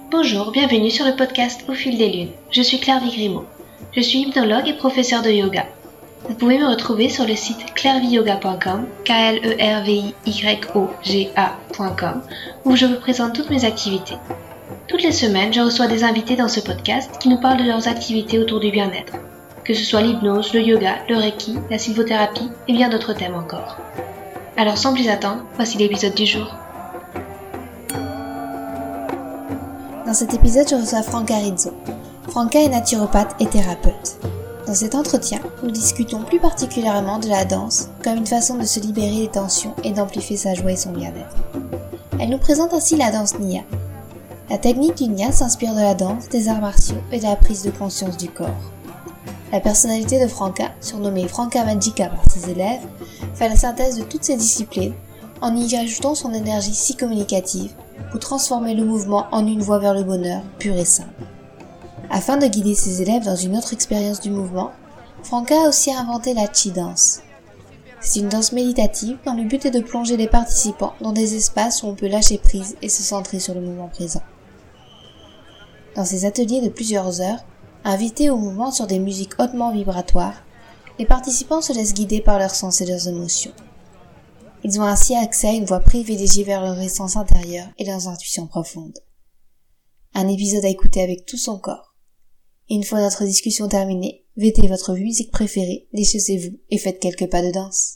Bonjour, bienvenue sur le podcast Au fil des lunes. Je suis Claire Vigrimaud. Je suis hypnologue et professeure de yoga. Vous pouvez me retrouver sur le site clairviyoga.com, KLERVIYOGA.com, où je vous présente toutes mes activités. Toutes les semaines, je reçois des invités dans ce podcast qui nous parlent de leurs activités autour du bien-être, que ce soit l'hypnose, le yoga, le reiki, la sylvothérapie et bien d'autres thèmes encore. Alors sans plus attendre, voici l'épisode du jour. Dans cet épisode, je reçois Franca Rizzo. Franca est naturopathe et thérapeute. Dans cet entretien, nous discutons plus particulièrement de la danse comme une façon de se libérer des tensions et d'amplifier sa joie et son bien-être. Elle nous présente ainsi la danse Nya. La technique du Nya s'inspire de la danse, des arts martiaux et de la prise de conscience du corps. La personnalité de Franca, surnommée Franca Magica par ses élèves, fait la synthèse de toutes ces disciplines en y ajoutant son énergie si communicative pour transformer le mouvement en une voie vers le bonheur pur et simple. Afin de guider ses élèves dans une autre expérience du mouvement, Franca a aussi inventé la Chi Dance. C'est une danse méditative dont le but est de plonger les participants dans des espaces où on peut lâcher prise et se centrer sur le moment présent. Dans ces ateliers de plusieurs heures, invités au mouvement sur des musiques hautement vibratoires, les participants se laissent guider par leurs sens et leurs émotions. Ils ont ainsi accès à une voie privilégiée vers leur essence intérieure et leurs intuitions profondes. Un épisode à écouter avec tout son corps. Et une fois notre discussion terminée, vêtez votre musique préférée, déchaussez-vous et faites quelques pas de danse.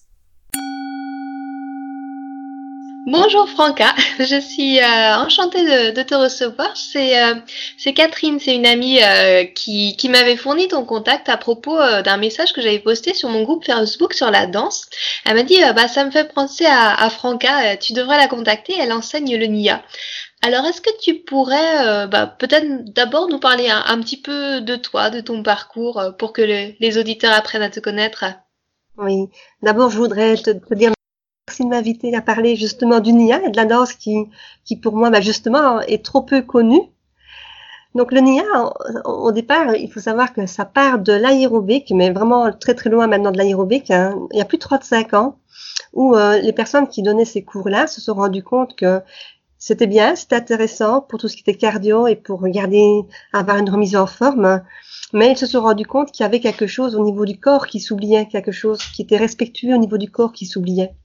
Bonjour Franca, je suis enchantée de te recevoir. C'est Catherine, c'est une amie qui m'avait fourni ton contact à propos d'un message que j'avais posté sur mon groupe Facebook sur la danse. Elle m'a dit ça me fait penser à Franca, tu devrais la contacter, elle enseigne le Nya. Alors est-ce que tu pourrais peut-être d'abord nous parler un petit peu de toi, de ton parcours, pour que les auditeurs apprennent à te connaître? Oui, d'abord je voudrais te dire merci de m'inviter à parler justement du Nya et de la danse qui pour moi justement est trop peu connue. Donc le Nya, au départ, il faut savoir que ça part de l'aérobic, mais vraiment très très loin maintenant de l'aérobic, hein. Il y a plus de 35 ans, où les personnes qui donnaient ces cours-là se sont rendues compte que c'était bien, c'était intéressant pour tout ce qui était cardio et pour avoir une remise en forme. Mais ils se sont rendus compte qu'il y avait quelque chose au niveau du corps qui s'oubliait, quelque chose qui était respectueux au niveau du corps qui s'oubliait.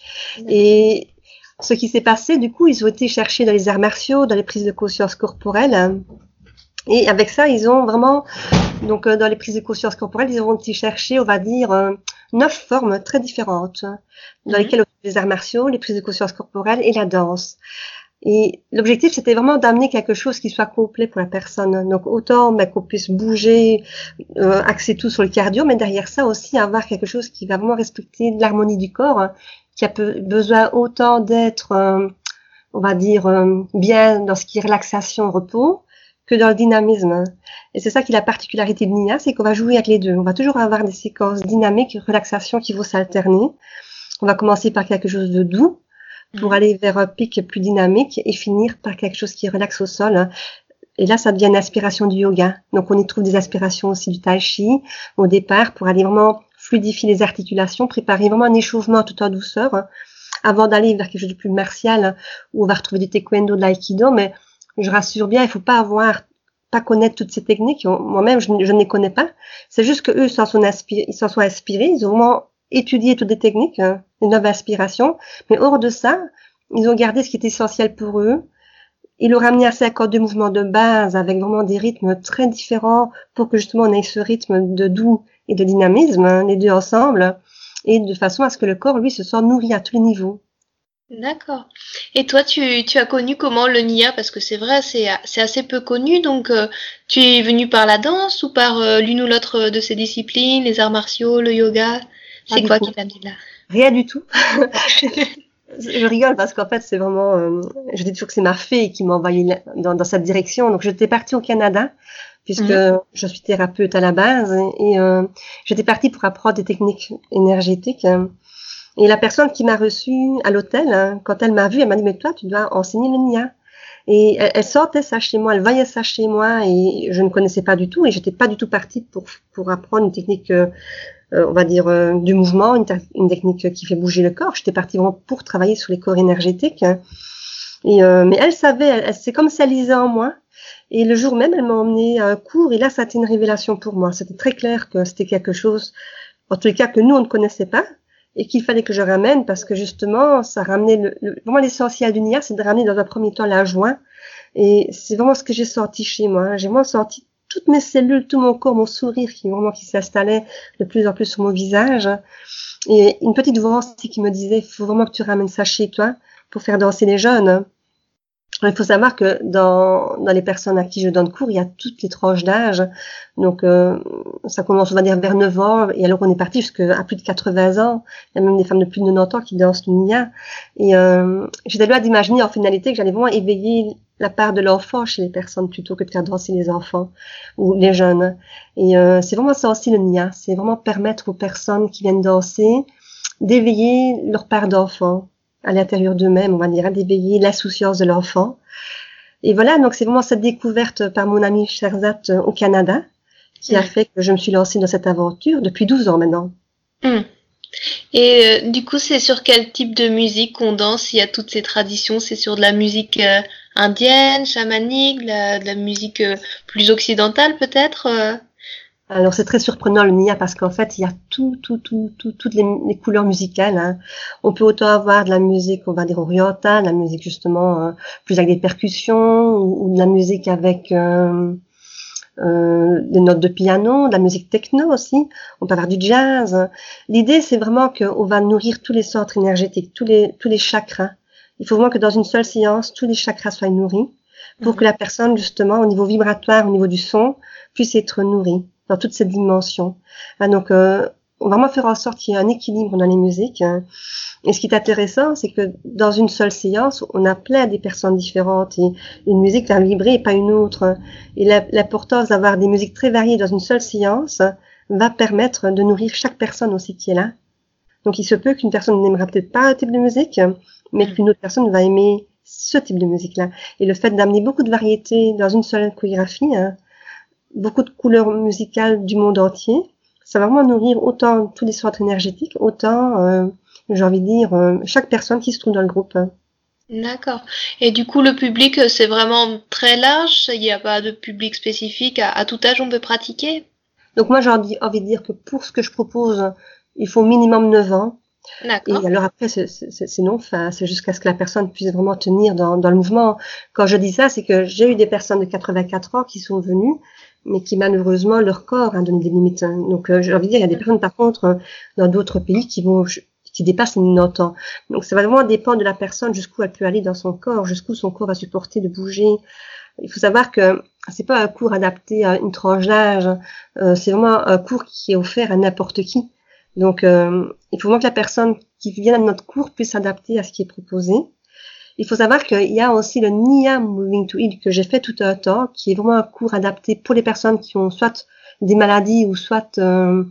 Et ce qui s'est passé, du coup, ils ont été chercher dans les arts martiaux, dans les prises de conscience corporelle. Et avec ça, ils ont vraiment, donc dans les prises de conscience corporelle, ils ont été chercher, on va dire, 9 formes très différentes, dans lesquelles on trouve les arts martiaux, les prises de conscience corporelle et la danse. Et l'objectif, c'était vraiment d'amener quelque chose qui soit complet pour la personne. Donc, autant qu'on puisse bouger, axer tout sur le cardio, mais derrière ça aussi, avoir quelque chose qui va vraiment respecter l'harmonie du corps, qui a besoin autant d'être, on va dire, bien dans ce qui est relaxation, repos, que dans le dynamisme. Et c'est ça qui est la particularité de Nya, c'est qu'on va jouer avec les deux. On va toujours avoir des séquences dynamiques, relaxation qui vont s'alterner. On va commencer par quelque chose de doux, pour aller vers un pic plus dynamique et finir par quelque chose qui relaxe au sol. Et là, ça devient une aspiration du yoga. Donc, on y trouve des aspirations aussi du tai chi au départ pour aller vraiment fluidifier les articulations, préparer vraiment un échauffement tout en douceur avant d'aller vers quelque chose de plus martial où on va retrouver du taekwondo, de l'aïkido. Mais je rassure bien, il faut pas connaître toutes ces techniques. Moi-même, je ne les connais pas. C'est juste que eux, ils s'en sont inspirés. Ils ont vraiment étudié toutes les techniques, les 9 aspirations, mais hors de ça, ils ont gardé ce qui est essentiel pour eux. Ils l'ont ramené à 52 mouvements de base avec vraiment des rythmes très différents pour que justement on ait ce rythme de doux et de dynamisme, les deux ensemble, et de façon à ce que le corps, lui, se sent nourri à tous les niveaux. D'accord. Et toi, tu as connu comment le Nya? Parce que c'est vrai, c'est assez peu connu. Donc, tu es venu par la danse ou par l'une ou l'autre de ces disciplines, les arts martiaux, le yoga? C'est quoi qui t'a amené là? Rien du tout. Je rigole parce qu'en fait, c'est vraiment, je dis toujours que c'est ma fée qui m'a envoyé dans cette direction. Donc, j'étais partie au Canada puisque je suis thérapeute à la base et j'étais partie pour apprendre des techniques énergétiques. Et la personne qui m'a reçue à l'hôtel, quand elle m'a vue, elle m'a dit, mais toi, tu dois enseigner le Nya. Et elle sortait ça chez moi, elle voyait ça chez moi et je ne connaissais pas du tout et j'étais pas du tout partie pour apprendre une technique, on va dire, du mouvement, une technique qui fait bouger le corps. J'étais partie vraiment pour travailler sur les corps énergétiques. Et mais elle savait, c'est comme si elle lisait en moi. Et le jour même, elle m'a emmenée à un cours et là, ça a été une révélation pour moi. C'était très clair que c'était quelque chose, en tous les cas, que nous, on ne connaissait pas et qu'il fallait que je ramène parce que justement, ça ramenait vraiment l'essentiel du NIA, c'est de ramener dans un premier temps la joie. Et c'est vraiment ce que j'ai senti chez moi. J'ai vraiment senti toutes mes cellules, tout mon corps, mon sourire qui s'installait de plus en plus sur mon visage. Et une petite voix aussi qui me disait, il faut vraiment que tu ramènes ça chez toi pour faire danser les jeunes. Il faut savoir que dans les personnes à qui je donne cours, il y a toutes les tranches d'âge. Donc, ça commence, on va dire, vers 9 ans. Et alors, on est parti jusqu'à plus de 80 ans. Il y a même des femmes de plus de 90 ans qui dansent le Nia. Et j'étais là d'imaginer en finalité que j'allais vraiment éveiller la part de l'enfant chez les personnes plutôt que de faire danser les enfants ou les jeunes. Et c'est vraiment ça aussi le Nia. C'est vraiment permettre aux personnes qui viennent danser d'éveiller leur part d'enfant à l'intérieur d'eux-mêmes, on va dire, d'éveiller l'insouciance de l'enfant. Et voilà, donc c'est vraiment cette découverte par mon ami Sherzat au Canada qui a fait que je me suis lancée dans cette aventure depuis 12 ans maintenant. Et du coup, c'est sur quel type de musique qu'on danse? Il y a toutes ces traditions, c'est sur de la musique indienne, chamanique, de la musique plus occidentale peut-être Alors c'est très surprenant le Nia parce qu'en fait il y a toutes les couleurs musicales. Hein. On peut autant avoir de la musique, on va dire orientale, la musique justement plus avec des percussions ou de la musique avec des notes de piano, de la musique techno aussi. On peut avoir du jazz. L'idée c'est vraiment qu'on va nourrir tous les centres énergétiques, tous les chakras. Il faut vraiment que dans une seule séance tous les chakras soient nourris pour que la personne justement au niveau vibratoire, au niveau du son puisse être nourrie dans toutes ces dimensions. Donc, on va vraiment faire en sorte qu'il y ait un équilibre dans les musiques. Et ce qui est intéressant, c'est que dans une seule séance, on a plein des personnes différentes et une musique va vibrer et pas une autre. Et l'importance d'avoir des musiques très variées dans une seule séance va permettre de nourrir chaque personne aussi qui est là. Donc, il se peut qu'une personne n'aimera peut-être pas un type de musique, mais qu'une autre personne va aimer ce type de musique-là. Et le fait d'amener beaucoup de variétés dans une seule chorégraphie, beaucoup de couleurs musicales du monde entier, ça va vraiment nourrir autant tous les centres énergétiques, autant, j'ai envie de dire, chaque personne qui se trouve dans le groupe. D'accord. Et du coup, le public, c'est vraiment très large, il n'y a pas de public spécifique, à tout âge on peut pratiquer? Donc moi, j'ai envie de dire que pour ce que je propose, il faut minimum 9 ans. D'accord. Et alors après, c'est non, enfin, c'est jusqu'à ce que la personne puisse vraiment tenir dans le mouvement. Quand je dis ça, c'est que j'ai eu des personnes de 84 ans qui sont venues, mais qui malheureusement leur corps a donné des limites. Donc j'ai envie de dire, il y a des personnes par contre dans d'autres pays qui dépassent les 90 ans. Donc ça va vraiment dépendre de la personne jusqu'où elle peut aller dans son corps, jusqu'où son corps va supporter de bouger. Il faut savoir que c'est pas un cours adapté à une tranche d'âge, c'est vraiment un cours qui est offert à n'importe qui. Donc il faut vraiment que la personne qui vient à notre cours puisse s'adapter à ce qui est proposé. Il faut savoir qu'il y a aussi le Nia Moving to Heal que j'ai fait tout un temps, qui est vraiment un cours adapté pour les personnes qui ont soit des maladies ou soit comment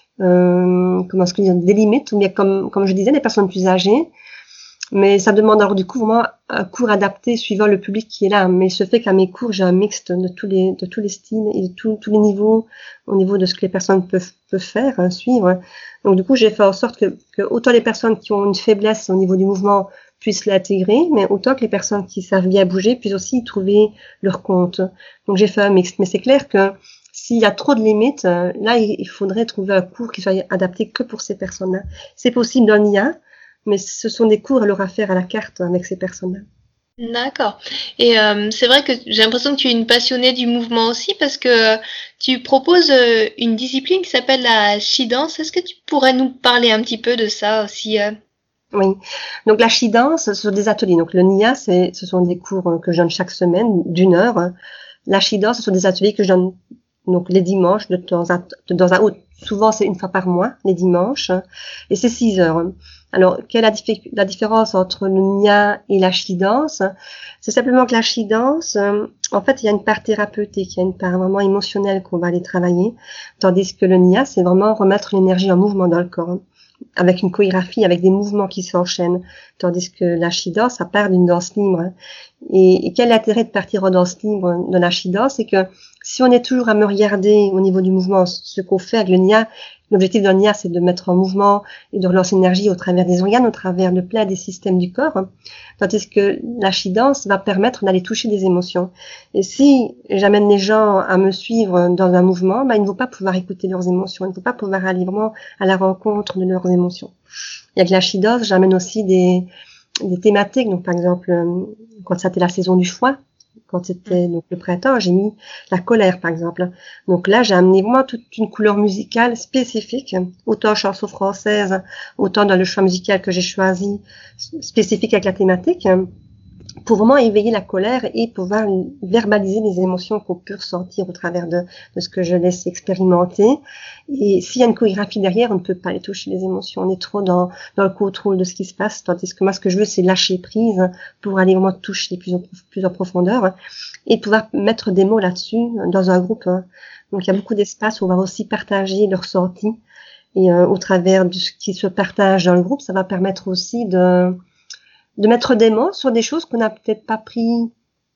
est-ce que dire, des limites, ou bien comme je disais, des personnes plus âgées. Mais ça demande alors du coup vraiment un cours adapté suivant le public qui est là. Mais ce fait qu'à mes cours, j'ai un mixte de tous les styles et de tous les niveaux, au niveau de ce que les personnes peuvent faire, suivre. Donc du coup, j'ai fait en sorte que autant les personnes qui ont une faiblesse au niveau du mouvement puissent l'intégrer, mais autant que les personnes qui savent bien bouger puissent aussi y trouver leur compte. Donc j'ai fait un mixte. Mais c'est clair que s'il y a trop de limites, là, il faudrait trouver un cours qui soit adapté que pour ces personnes-là. C'est possible dans l'IA, mais ce sont des cours à leur faire à la carte avec ces personnes-là. D'accord. Et c'est vrai que j'ai l'impression que tu es une passionnée du mouvement aussi parce que tu proposes une discipline qui s'appelle la Shi-dance. Est-ce que tu pourrais nous parler un petit peu de ça aussi Oui. Donc la Shi-dance, ce sont des ateliers. Donc le Nia, ce sont des cours que je donne chaque semaine d'1 heure. La Shi-dance, ce sont des ateliers que je donne donc les dimanches souvent c'est une fois par mois, les dimanches, et c'est 6 heures. Alors, quelle est la différence entre le Nia et la Shi-dance? C'est simplement que la Shi-dance, en fait, il y a une part thérapeutique, il y a une part vraiment émotionnelle qu'on va aller travailler, tandis que le Nia, c'est vraiment remettre l'énergie en mouvement dans le corps, avec une chorégraphie, avec des mouvements qui s'enchaînent, tandis que la Shi-dance, ça part d'une danse libre. Et quel est l'intérêt de partir en danse libre de l'Ashidan? C'est que si on est toujours à me regarder au niveau du mouvement, ce qu'on fait avec le Nia, l'objectif d'un Nia, c'est de mettre en mouvement et de relancer l'énergie au travers des organes, au travers de plein des systèmes du corps, hein. Tandis que l'Ashidan va permettre d'aller toucher des émotions. Et si j'amène les gens à me suivre dans un mouvement, ils ne vont pas pouvoir écouter leurs émotions, ils ne vont pas pouvoir aller vraiment à la rencontre de leurs émotions. Et avec l'Ashidan, j'amène aussi des thématiques. Donc, par exemple, quand c'était la saison du foie, quand c'était donc le printemps, j'ai mis la colère, par exemple. Donc là, j'ai amené vraiment toute une couleur musicale spécifique, autant chanson française, autant dans le choix musical que j'ai choisi, spécifique avec la thématique, pour vraiment éveiller la colère et pouvoir verbaliser les émotions qu'on peut ressentir au travers de ce que je laisse expérimenter. Et s'il y a une chorégraphie derrière, on ne peut pas aller toucher les émotions. On est trop dans le contrôle de ce qui se passe. Tandis que moi, ce que je veux, c'est lâcher prise pour aller vraiment toucher plus en profondeur et pouvoir mettre des mots là-dessus dans un groupe. Donc, il y a beaucoup d'espace où on va aussi partager le ressenti. Et au travers de ce qui se partage dans le groupe, ça va permettre aussi de mettre des mots sur des choses qu'on n'a peut-être pas pris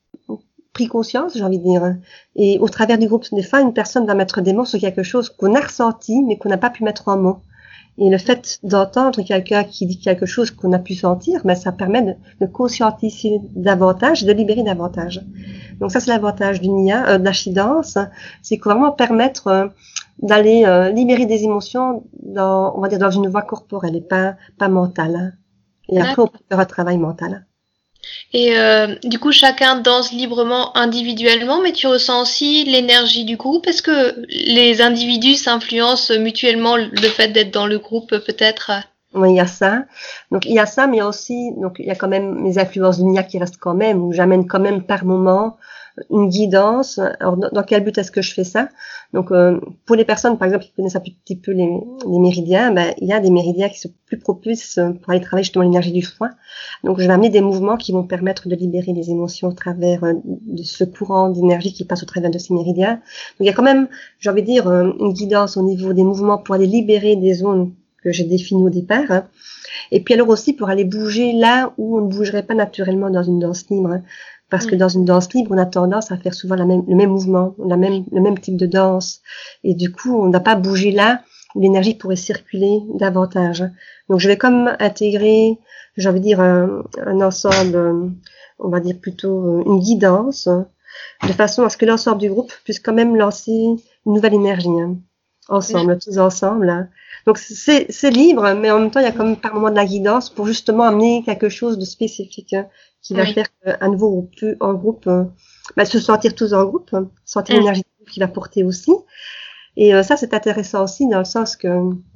conscience, j'ai envie de dire. Et au travers du groupe des fois, une personne va mettre des mots sur quelque chose qu'on a ressenti, mais qu'on n'a pas pu mettre en mots. Et le fait d'entendre quelqu'un qui dit quelque chose qu'on a pu sentir, ça permet de conscientiser davantage, de libérer davantage. Donc ça, c'est l'avantage du Nia, de l'Ashidance, c'est vraiment permettre d'aller libérer des émotions on va dire, dans une voie corporelle et pas mentale. Et après, on peut faire un travail mental. Et du coup, chacun danse librement individuellement, mais tu ressens aussi l'énergie du groupe. Est-ce que les individus s'influencent mutuellement le fait d'être dans le groupe, peut-être? Oui, il y a ça. Donc, il y a ça, mais aussi, donc, il y a quand même les influences du Nia qui restent quand même, où j'amène quand même par moment une guidance. Alors, dans quel but est-ce que je fais ça? Donc, pour les personnes, par exemple, qui connaissent un petit peu les méridiens, il y a des méridiens qui sont plus propices pour aller travailler justement l'énergie du foie. Donc, je vais amener des mouvements qui vont permettre de libérer les émotions au travers de ce courant d'énergie qui passe au travers de ces méridiens. Donc, il y a quand même, j'ai envie de dire, une guidance au niveau des mouvements pour aller libérer des zones que j'ai définies au départ. Et puis alors aussi pour aller bouger là où on ne bougerait pas naturellement dans une danse libre. Parce que dans une danse libre, on a tendance à faire souvent le même mouvement, le même type de danse. Et du coup, on n'a pas bougé là où l'énergie pourrait circuler davantage. Donc, je vais comme intégrer, j'ai envie de dire, un ensemble, on va dire plutôt une guidance, de façon à ce que l'ensemble du groupe puisse quand même lancer une nouvelle énergie, ensemble, tous ensemble. Donc, c'est libre, mais en même temps, il y a comme par moment de la guidance pour justement amener quelque chose de spécifique, qui va faire qu'à nouveau on peut en groupe se sentir tous en groupe, sentir l'énergie qui va porter aussi. Et ça, c'est intéressant aussi dans le sens que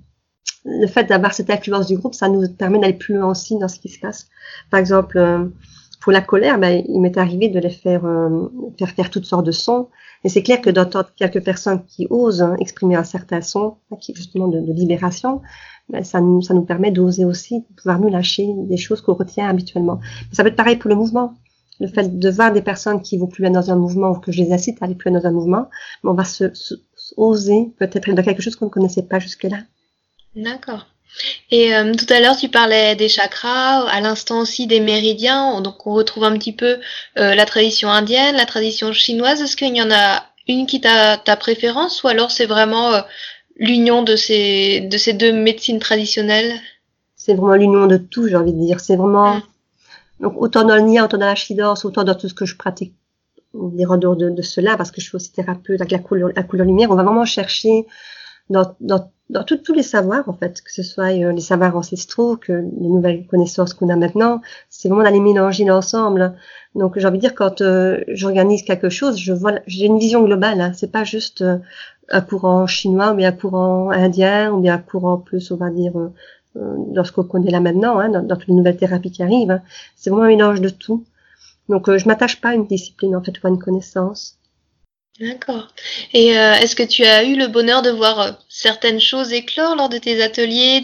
le fait d'avoir cette influence du groupe, ça nous permet d'aller plus loin aussi dans ce qui se passe. Par exemple, pour la colère, il m'est arrivé de les faire toutes sortes de sons. Et c'est clair que d'entendre quelques personnes qui osent exprimer un certain son, qui est justement de libération, ça nous permet d'oser aussi, de pouvoir nous lâcher des choses qu'on retient habituellement. Mais ça peut être pareil pour le mouvement. Le fait de voir des personnes qui vont plus loin dans un mouvement ou que je les incite à aller plus loin dans un mouvement, on va oser peut-être dans quelque chose qu'on ne connaissait pas jusque-là. D'accord. Et tout à l'heure, tu parlais des chakras, à l'instant aussi des méridiens. Donc, on retrouve un petit peu la tradition indienne, la tradition chinoise. Est-ce qu'il y en a une qui t'a ta préférence ou alors c'est vraiment l'union de ces deux médecines traditionnelles? C'est vraiment l'union de tout, j'ai envie de dire. C'est vraiment donc autant dans le Nia, autant dans la Shidance, autant dans tout ce que je pratique en dehors de cela, parce que je suis aussi thérapeute avec la couleur lumière. On va vraiment chercher dans tous les savoirs, en fait, que ce soit les savoirs ancestraux, que les nouvelles connaissances qu'on a maintenant, c'est vraiment d'aller mélanger l'ensemble. Donc, j'ai envie de dire, quand j'organise quelque chose, j'ai une vision globale. C'est pas juste un courant chinois, ou bien un courant indien, ou bien un courant plus, on va dire, dans ce qu'on connaît là maintenant, dans toutes les nouvelles thérapies qui arrivent. C'est vraiment un mélange de tout. Donc, je m'attache pas à une discipline, en fait, ou à une connaissance. D'accord. Et est-ce que tu as eu le bonheur de voir certaines choses éclore lors de tes ateliers,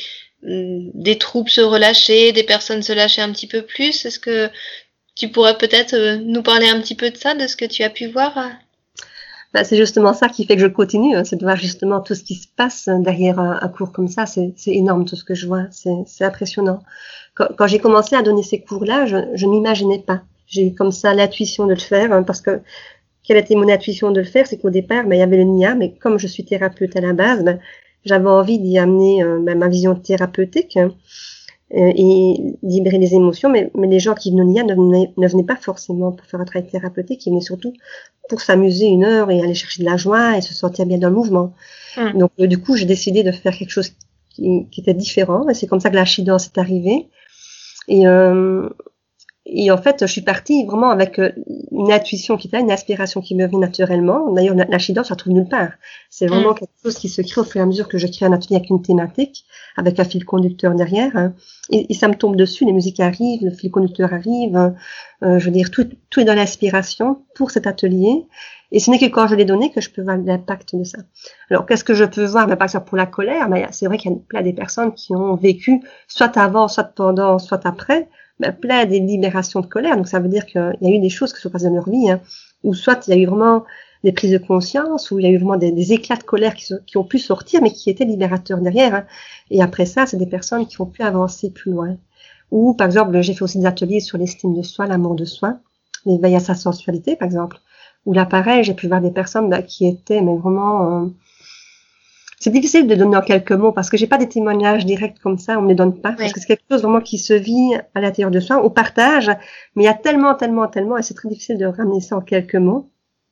des troupes se relâcher, des personnes se lâcher un petit peu plus? Est-ce que tu pourrais peut-être nous parler un petit peu de ça, de ce que tu as pu voir? C'est justement ça qui fait que je continue, c'est de voir justement tout ce qui se passe derrière un cours comme ça. C'est énorme tout ce que je vois, c'est impressionnant. Quand j'ai commencé à donner ces cours-là, je m'imaginais pas. j'ai eu comme ça l'intuition de le faire, hein, parce que quelle était mon intuition de le faire, c'est qu'au départ, il y avait le NIA, mais comme je suis thérapeute à la base, j'avais envie d'y amener ma vision thérapeutique, hein, et libérer les émotions, mais les gens qui venaient au NIA ne venaient pas forcément pour faire un travail thérapeutique, ils venaient surtout pour s'amuser 1 heure et aller chercher de la joie et se sentir bien dans le mouvement. Donc du coup, j'ai décidé de faire quelque chose qui était différent, et c'est comme ça que la She-Dance est arrivée. Et en fait, je suis partie vraiment avec une intuition qui était une inspiration qui me venait naturellement. D'ailleurs, la She-Dance, je la trouve nulle part. C'est vraiment quelque chose qui se crée au fur et à mesure que je crée un atelier avec une thématique, avec un fil conducteur derrière. Hein. Et ça me tombe dessus, les musiques arrivent, le fil conducteur arrive. Je veux dire, tout est dans l'inspiration pour cet atelier. Et ce n'est que quand je l'ai donné que je peux voir l'impact de ça. Alors, qu'est-ce que je peux voir? Par exemple, pour la colère, c'est vrai qu'il y a plein des personnes qui ont vécu, soit avant, soit pendant, soit après, plein des libérations de colère. Donc, ça veut dire qu'il y a eu des choses qui se passent dans leur vie, hein, ou soit il y a eu vraiment des prises de conscience, ou il y a eu vraiment des éclats de colère qui ont pu sortir, mais qui étaient libérateurs derrière. Hein. Et après ça, c'est des personnes qui ont pu avancer plus loin. Ou, par exemple, j'ai fait aussi des ateliers sur l'estime de soi, l'amour de soi, l'éveil à sa sensualité, par exemple. Où là, pareil, j'ai pu voir des personnes qui étaient, mais vraiment... C'est difficile de donner en quelques mots parce que j'ai pas des témoignages directs comme ça, on me les donne pas. Parce que c'est quelque chose vraiment qui se vit à l'intérieur de soi, au partage. Mais il y a tellement, et c'est très difficile de ramener ça en quelques mots.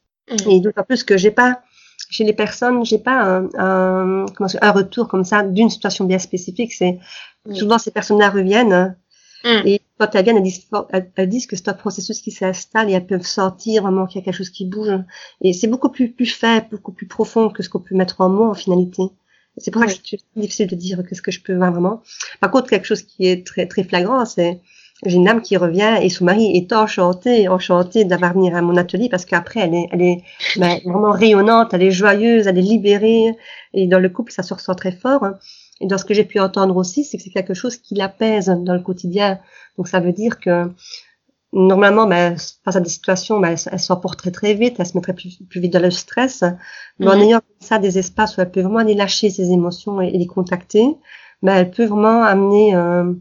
Et d'autant plus que j'ai pas, chez les personnes, j'ai pas un retour comme ça d'une situation bien spécifique. C'est, souvent ces personnes-là reviennent. Et quand elles viennent, elles disent que c'est un processus qui s'installe et elles peuvent sentir vraiment qu'il y a quelque chose qui bouge. Et c'est beaucoup plus faible, beaucoup plus profond que ce qu'on peut mettre en mots en finalité. C'est pour ça que c'est difficile de dire qu'est-ce que je peux voir vraiment. Par contre, quelque chose qui est très, très flagrant, c'est, j'ai une dame qui revient et son mari est enchanté d'avoir venir à mon atelier parce qu'après, elle est vraiment rayonnante, elle est joyeuse, elle est libérée. Et dans le couple, ça se ressent très fort. Et dans ce que j'ai pu entendre aussi, c'est que c'est quelque chose qui l'apaise dans le quotidien. Donc ça veut dire que normalement, face à des situations, elle s'emporte très très vite, elle se mettrait plus vite dans le stress. Mais en ayant comme ça des espaces où elle peut vraiment aller lâcher ses émotions et les contacter, elle peut vraiment amener,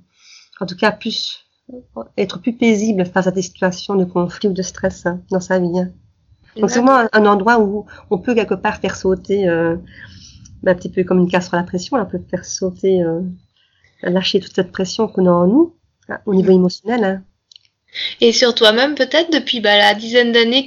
en tout cas, être plus paisible face à des situations de conflit ou de stress dans sa vie. Donc c'est vraiment un endroit où on peut quelque part faire sauter un petit peu comme une casserole à pression, on peut faire sauter, lâcher toute cette pression qu'on a en nous, au niveau émotionnel. Hein. Et sur toi-même, peut-être, depuis la dizaine d'années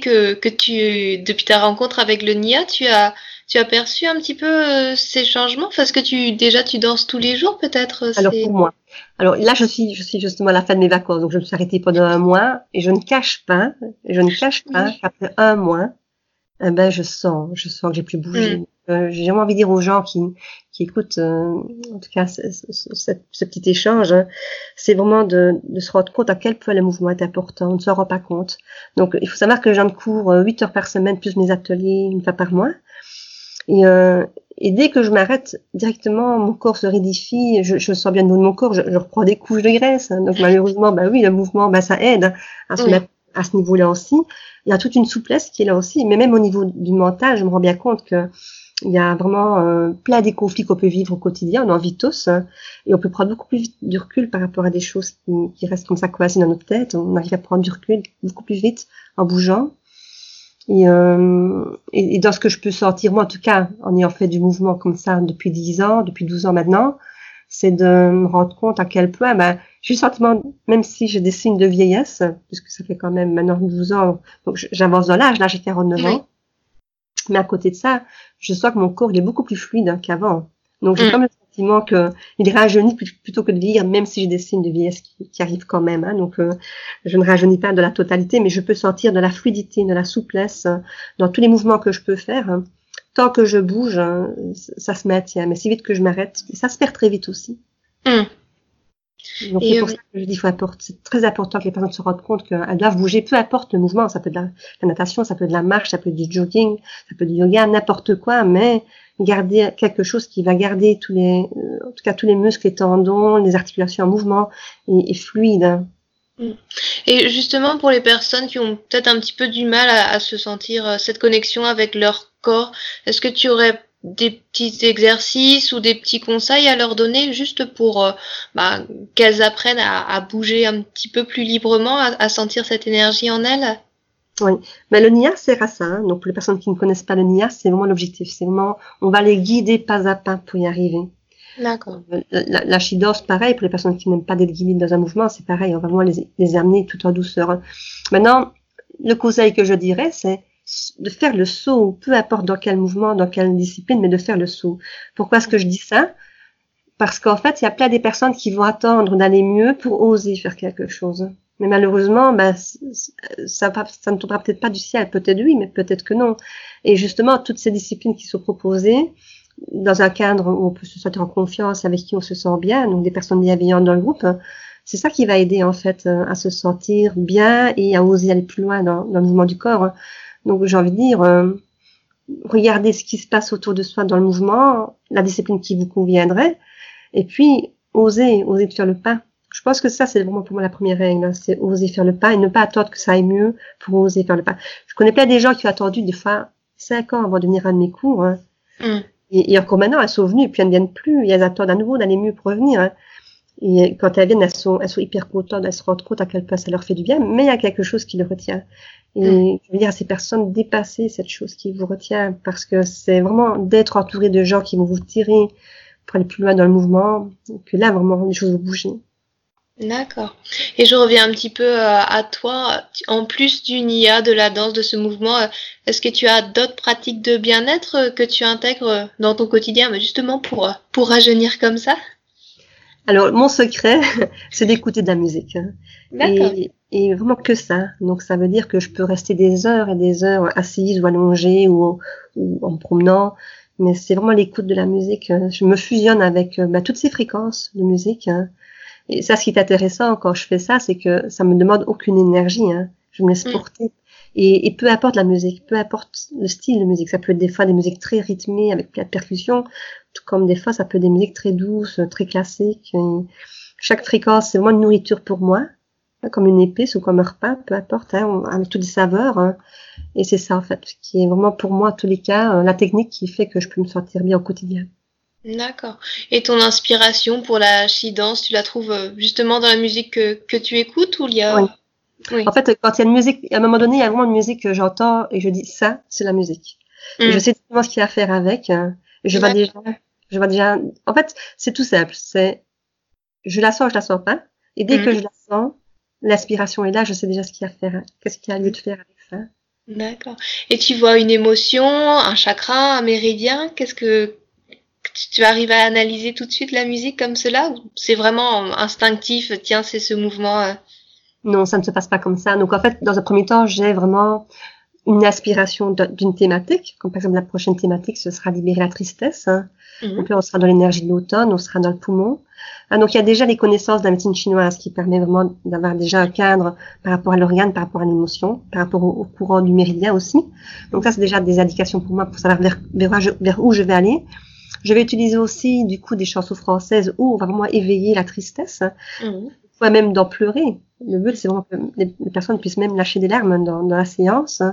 depuis ta rencontre avec le NIA, tu as perçu un petit peu ces changements? Parce que tu danses tous les jours, peut-être? Alors, pour moi. Alors, là, je suis justement à la fin de mes vacances, donc je me suis arrêtée pendant 1 mois, et je ne cache pas qu'après 1 mois, je sens que j'ai plus bougé. J'ai vraiment envie de dire aux gens qui écoutent, en tout cas, ce petit échange, hein, c'est vraiment de se rendre compte à quel point le mouvement est important. On ne s'en rend pas compte. Donc, il faut savoir que j'en cours 8 heures par semaine, plus mes ateliers 1 fois par mois. Et dès que je m'arrête, directement, mon corps se rédifie, je sens bien le niveau de mon corps, je reprends des couches de graisse. Hein. Donc, malheureusement, le mouvement, ça aide à se mettre à ce niveau-là aussi. Il y a toute une souplesse qui est là aussi. Mais même au niveau du mental, je me rends bien compte que il y a vraiment plein des conflits qu'on peut vivre au quotidien, on en vit tous, hein, et on peut prendre beaucoup plus du recul par rapport à des choses qui restent comme ça coincées dans notre tête. On arrive à prendre du recul beaucoup plus vite en bougeant. Et dans ce que je peux sentir, moi en tout cas, en ayant fait du mouvement comme ça depuis 10 ans, depuis 12 ans maintenant, c'est de me rendre compte à quel point, j'ai le sentiment, même si j'ai des signes de vieillesse, puisque ça fait quand même maintenant 12 ans, donc j'avance dans l'âge, là j'ai 49 ans. Mais à côté de ça, je sens que mon corps il est beaucoup plus fluide qu'avant. Donc j'ai comme le sentiment qu'il rajeunit plutôt que de vieillir, même si j'ai des signes de vieillesse qui arrivent quand même. Hein. Donc je ne rajeunis pas de la totalité, mais je peux sentir de la fluidité, de la souplesse dans tous les mouvements que je peux faire. Hein. Tant que je bouge, ça se maintient. Mais si vite que je m'arrête, ça se perd très vite aussi. Donc c'est pour ça que je dis c'est très important que les personnes se rendent compte qu'elles doivent bouger, peu importe le mouvement, ça peut être la natation, ça peut être de la marche, ça peut être du jogging, ça peut être du yoga, n'importe quoi, mais garder quelque chose qui va garder en tout cas tous les muscles, les tendons, les articulations en mouvement et fluide. Et justement pour les personnes qui ont peut-être un petit peu du mal à se sentir cette connexion avec leur corps, est-ce que tu aurais des petits exercices ou des petits conseils à leur donner juste pour qu'elles apprennent à bouger un petit peu plus librement, à sentir cette énergie en elles? Oui, mais le NIA sert à ça. Hein. Donc pour les personnes qui ne connaissent pas le NIA, c'est vraiment l'objectif. C'est vraiment, on va les guider pas à pas pour y arriver. D'accord. La Shidos, pareil, pour les personnes qui n'aiment pas d'être guidées dans un mouvement, c'est pareil. On va vraiment les amener tout en douceur. Maintenant, le conseil que je dirais, c'est de faire le saut, peu importe dans quel mouvement, dans quelle discipline, mais de faire le saut. Pourquoi est-ce que je dis ça? Parce qu'en fait, il y a plein des personnes qui vont attendre d'aller mieux pour oser faire quelque chose. Mais malheureusement, ça ne tombera peut-être pas du ciel. Peut-être oui, mais peut-être que non. Et justement, toutes ces disciplines qui sont proposées, dans un cadre où on peut se sentir en confiance, avec qui on se sent bien, donc des personnes bienveillantes dans le groupe, c'est ça qui va aider en fait à se sentir bien et à oser aller plus loin dans le mouvement du corps. Donc j'ai envie de dire, regardez ce qui se passe autour de soi dans le mouvement, la discipline qui vous conviendrait, et puis oser de faire le pas. Je pense que ça, c'est vraiment pour moi la première règle, hein, c'est oser faire le pas et ne pas attendre que ça aille mieux pour oser faire le pas. Je connais plein des gens qui ont attendu des fois 5 ans avant de venir à mes cours, hein. Et encore maintenant, elles sont venues et puis elles ne viennent plus, et elles attendent à nouveau d'aller mieux pour revenir. Hein. Et quand elles viennent, elles sont hyper contentes, elles se rendent compte à quel point ça leur fait du bien, mais il y a quelque chose qui les retient. Et je veux dire à ces personnes, dépassez cette chose qui vous retient, parce que c'est vraiment d'être entouré de gens qui vont vous tirer pour aller plus loin dans le mouvement, que là, vraiment, les choses vont bouger. D'accord. Et je reviens un petit peu à toi. En plus du NIA, de la danse, de ce mouvement, est-ce que tu as d'autres pratiques de bien-être que tu intègres dans ton quotidien, justement pour rajeunir comme ça? Alors, mon secret, c'est d'écouter de la musique. Hein. D'accord. Et vraiment que ça. Donc, ça veut dire que je peux rester des heures et des heures assise ou allongée ou en me promenant. Mais c'est vraiment l'écoute de la musique. Je me fusionne avec toutes ces fréquences de musique. Hein. Et ça, ce qui est intéressant quand je fais ça, c'est que ça me demande aucune énergie. Hein. Je me laisse porter. Et peu importe la musique, peu importe le style de musique, ça peut être des fois des musiques très rythmées avec plein de percussions, tout comme des fois ça peut être des musiques très douces, très classiques. Et chaque fréquence, c'est vraiment une nourriture pour moi, hein, comme une épice ou comme un repas, peu importe, hein, avec toutes les saveurs. Hein. Et c'est ça en fait, qui est vraiment pour moi, en tous les cas, la technique qui fait que je peux me sentir bien au quotidien. D'accord. Et ton inspiration pour la She-dance, tu la trouves justement dans la musique que tu écoutes ou il y a... Oui. Oui. En fait, quand il y a une musique, à un moment donné, il y a vraiment une musique que j'entends et je dis ça, c'est la musique. Et je sais exactement ce qu'il y a à faire avec. Je vois déjà. En fait, c'est tout simple. C'est, je la sens pas. Et dès que je la sens, l'inspiration est là. Je sais déjà ce qu'il y a à faire. Qu'est-ce qu'il y a lieu de faire avec ça. D'accord. Et tu vois une émotion, un chakra, un méridien. Qu'est-ce que tu arrives à analyser tout de suite la musique comme cela ou c'est vraiment instinctif? Tiens, c'est ce mouvement. Non, ça ne se passe pas comme ça. Donc en fait, dans un premier temps, j'ai vraiment une aspiration d'une thématique. Comme par exemple la prochaine thématique, ce sera libérer la tristesse. Hein. Donc là, on sera dans l'énergie de l'automne, on sera dans le poumon. Ah, donc il y a déjà les connaissances de la médecine chinoise qui permet vraiment d'avoir déjà un cadre par rapport à l'organe, par rapport à l'émotion, par rapport au courant du méridien aussi. Donc ça, c'est déjà des indications pour moi pour savoir vers où je vais aller. Je vais utiliser aussi du coup des chansons françaises où on va vraiment éveiller la tristesse. Fois même d'en pleurer. Le but, c'est vraiment que les personnes puissent même lâcher des larmes dans la séance.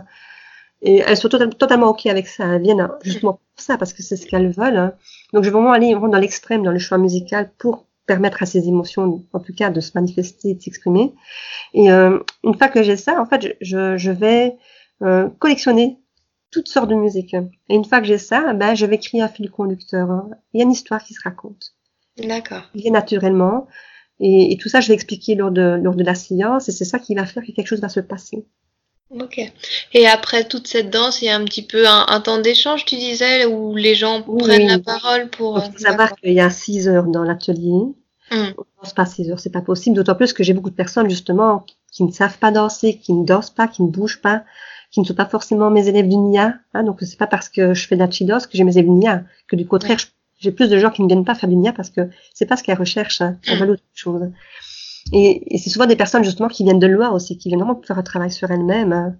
Et elles sont totalement OK avec ça. Elles viennent justement pour ça, parce que c'est ce qu'elles veulent. Donc, je vais vraiment aller dans l'extrême, dans le choix musical, pour permettre à ces émotions, en tout cas, de se manifester, de s'exprimer. Et une fois que j'ai ça, en fait, je vais collectionner toutes sortes de musique. Et une fois que j'ai ça, je vais créer un fil conducteur. Hein. Il y a une histoire qui se raconte. D'accord. Il vient naturellement. Et tout ça, je vais expliquer lors de la séance, et c'est ça qui va faire que quelque chose va se passer. Ok. Et après toute cette danse, il y a un petit peu un temps d'échange, tu disais, où les gens prennent la parole pour... Il faut savoir qu'il y a 6 heures dans l'atelier. On ne danse pas 6 heures, c'est pas possible, d'autant plus que j'ai beaucoup de personnes, justement, qui ne savent pas danser, qui ne dansent pas, qui ne bougent pas, qui ne sont pas forcément mes élèves du NIA. Hein, donc, c'est pas parce que je fais de la Chi-Danse que j'ai mes élèves du NIA, que du contraire, j'ai plus de gens qui ne viennent pas faire du NIA parce que c'est pas ce qu'elles recherchent, hein. Elles veulent autre chose. Et c'est souvent des personnes justement qui viennent de loin aussi, qui viennent vraiment faire un travail sur elles-mêmes. Hein.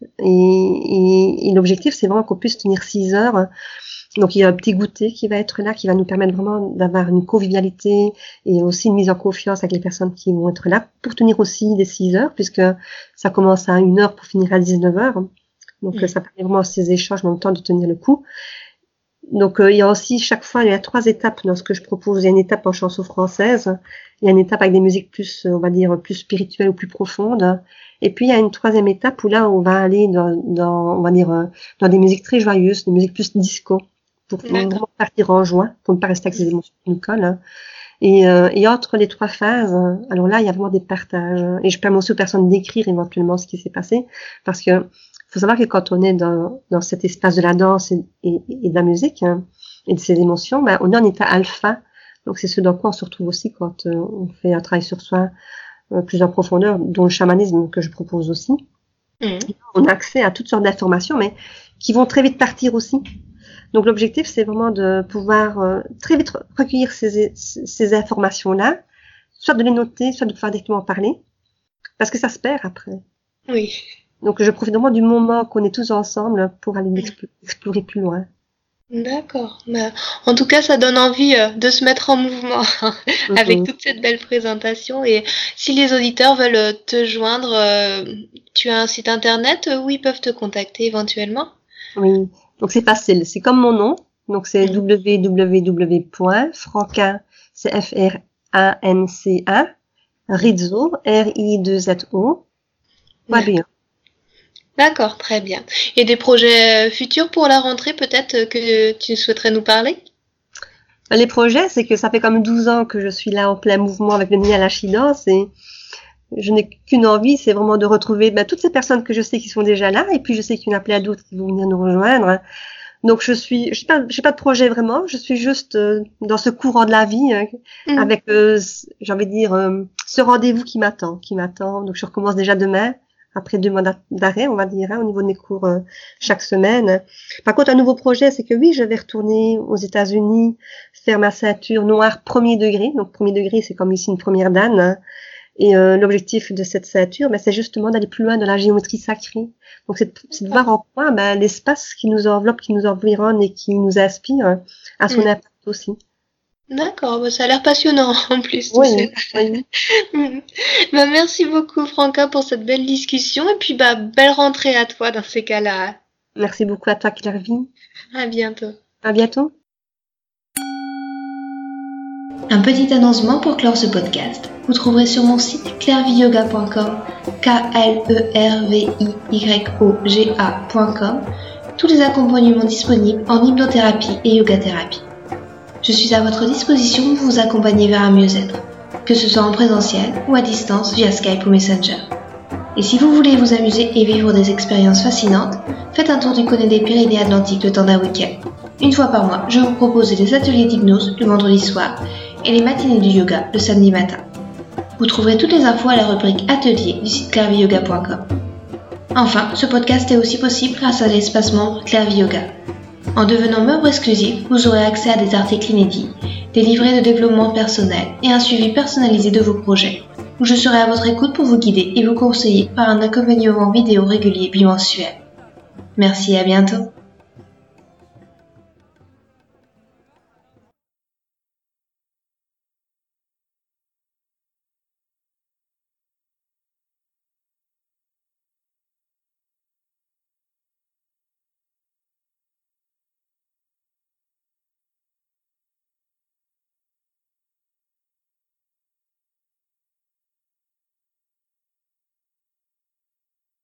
Et l'objectif, c'est vraiment qu'on puisse tenir 6 heures. Donc il y a un petit goûter qui va être là, qui va nous permettre vraiment d'avoir une convivialité et aussi une mise en confiance avec les personnes qui vont être là pour tenir aussi les 6 heures, puisque ça commence à 1 heure pour finir à 19 heures. Donc ça permet vraiment ces échanges en même temps de tenir le coup. Donc il y a aussi chaque fois il y a 3 étapes dans ce que je propose. Il y a une étape en chanson française, il y a une étape avec des musiques plus, on va dire, plus spirituelles ou plus profondes. Et puis il y a une 3e étape où là on va aller on va dire dans des musiques très joyeuses, des musiques plus disco, pour vraiment partir en joie, pour ne pas rester avec ces émotions qui nous collent. Et entre les 3 phases, alors là il y a vraiment des partages. Et je permets aussi aux personnes d'écrire éventuellement ce qui s'est passé, parce que faut savoir que quand on est dans cet espace de la danse et de la musique et de ces émotions, ben, on est en état alpha. Donc c'est ce dans quoi on se retrouve aussi quand on fait un travail sur soi plus en profondeur, dont le chamanisme que je propose aussi. On a accès à toutes sortes d'informations, mais qui vont très vite partir aussi. Donc l'objectif, c'est vraiment de pouvoir très vite recueillir ces informations-là, soit de les noter, soit de pouvoir directement en parler, parce que ça se perd après. Oui. Donc je profite vraiment du moment qu'on est tous ensemble pour aller explorer plus loin. D'accord. En tout cas, ça donne envie de se mettre en mouvement avec toute cette belle présentation. Et si les auditeurs veulent te joindre, tu as un site internet où ils peuvent te contacter éventuellement? Oui, donc c'est facile. C'est comme mon nom. Donc c'est www.franca, c'est F-R-A-N-C-A, Rizzo, R-I-2-Z-O, D'accord, très bien. Et des projets futurs pour la rentrée, peut-être que tu souhaiterais nous parler? Les projets, c'est que ça fait comme 12 ans que je suis là en plein mouvement avec le Nia Lachidance et je n'ai qu'une envie, c'est vraiment de retrouver toutes ces personnes que je sais qui sont déjà là et puis je sais qu'il y en a plein d'autres qui vont venir nous rejoindre. Donc j'ai pas de projet vraiment, je suis juste dans ce courant de la vie avec, j'ai envie de dire, ce rendez-vous qui m'attend. Donc je recommence déjà demain. Après 2 mois d'arrêt, on va dire, au niveau de mes cours chaque semaine. Par contre, un nouveau projet, c'est que oui, je vais retourner aux États-Unis faire ma ceinture noire 1er degré. Donc, 1er degré, c'est comme ici une première dan. Et l'objectif de cette ceinture, c'est justement d'aller plus loin dans la géométrie sacrée. Donc, c'est de voir en quoi l'espace qui nous enveloppe, qui nous environne et qui nous inspire a son impact aussi. D'accord, ça a l'air passionnant en plus. Oui. Merci beaucoup Franca pour cette belle discussion et puis belle rentrée à toi dans ces cas-là. Merci beaucoup à toi Claire-Vie. À bientôt. À bientôt. Un petit annoncement pour clore ce podcast. Vous trouverez sur mon site clairviyoga.com, KLERVIYOGA.com, tous les accompagnements disponibles en hypnothérapie et yoga thérapie. Je suis à votre disposition pour vous accompagner vers un mieux-être, que ce soit en présentiel ou à distance via Skype ou Messenger. Et si vous voulez vous amuser et vivre des expériences fascinantes, faites un tour du côté des Pyrénées-Atlantiques le temps d'un week-end. Une fois par mois, je vous propose des ateliers d'hypnose le vendredi soir et les matinées du yoga le samedi matin. Vous trouverez toutes les infos à la rubrique Atelier du site clairviyoga.com. Enfin, ce podcast est aussi possible grâce à l'espace membre Clairvie Yoga. En devenant membre exclusif, vous aurez accès à des articles inédits, des livrets de développement personnel et un suivi personnalisé de vos projets, où je serai à votre écoute pour vous guider et vous conseiller par un accompagnement vidéo régulier bimensuel. Merci et à bientôt.